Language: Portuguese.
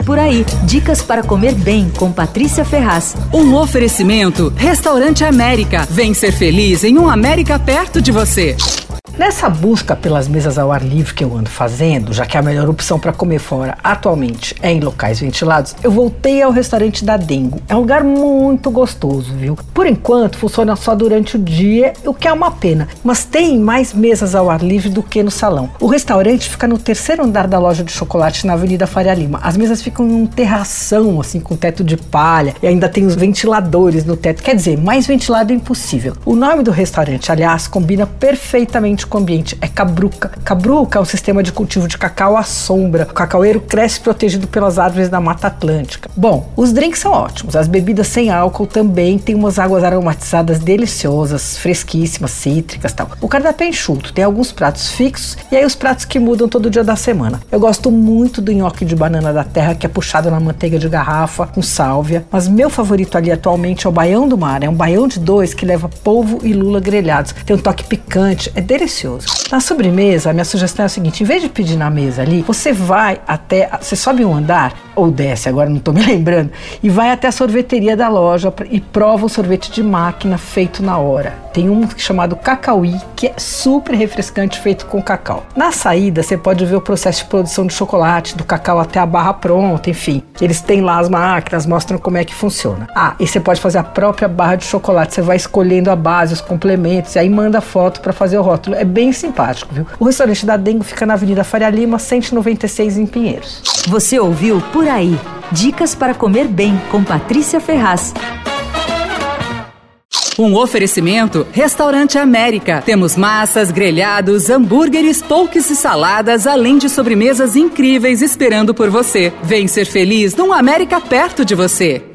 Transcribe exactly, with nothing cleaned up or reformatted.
Por Aí, dicas para comer bem com Patrícia Ferraz. Um oferecimento, Restaurante América. Vem ser feliz em um América perto de você. Nessa busca pelas mesas ao ar livre que eu ando fazendo, já que a melhor opção para comer fora atualmente é em locais ventilados, eu voltei ao restaurante da Dengo. É um lugar muito gostoso, viu? Por enquanto funciona só durante o dia, o que é uma pena, mas tem mais mesas ao ar livre do que no salão. O restaurante fica no terceiro andar da loja de chocolate na Avenida Faria Lima. As mesas ficam em um terração, assim, com teto de palha, e ainda tem os ventiladores no teto. Quer dizer, mais ventilado é impossível. O nome do restaurante, aliás, combina perfeitamente com o ambiente, é Cabruca. Cabruca é um sistema de cultivo de cacau à sombra. O cacaueiro cresce protegido pelas árvores da Mata Atlântica. Bom, os drinks são ótimos. As bebidas sem álcool também tem umas águas aromatizadas deliciosas, fresquíssimas, cítricas e tal. O cardápio é enxuto, tem alguns pratos fixos e aí os pratos que mudam todo dia da semana. Eu gosto muito do nhoque de banana da terra, que é puxado na manteiga de garrafa com sálvia, mas meu favorito ali atualmente é o baião do mar. É um baião de dois que leva polvo e lula grelhados. Tem um toque picante, é delicioso. Na sobremesa, a minha sugestão é a seguinte: em vez de pedir na mesa ali, você vai até, você sobe um andar, ou desce, agora não tô me lembrando, e vai até a sorveteria da loja e prova o sorvete de máquina feito na hora. Tem um chamado Cacauí, que é super refrescante, feito com cacau. Na saída, você pode ver o processo de produção de chocolate, do cacau até a barra pronta, enfim. Eles têm lá as máquinas, mostram como é que funciona. Ah, e você pode fazer a própria barra de chocolate, você vai escolhendo a base, os complementos, e aí manda foto para fazer o rótulo. É bem simpático, viu? O restaurante da Dengo fica na Avenida Faria Lima, cento e noventa e seis, em Pinheiros. Você ouviu Por Aí, dicas para comer bem com Patrícia Ferraz. Um oferecimento, Restaurante América. Temos massas, grelhados, hambúrgueres, poutes e saladas, além de sobremesas incríveis esperando por você. Vem ser feliz num América perto de você.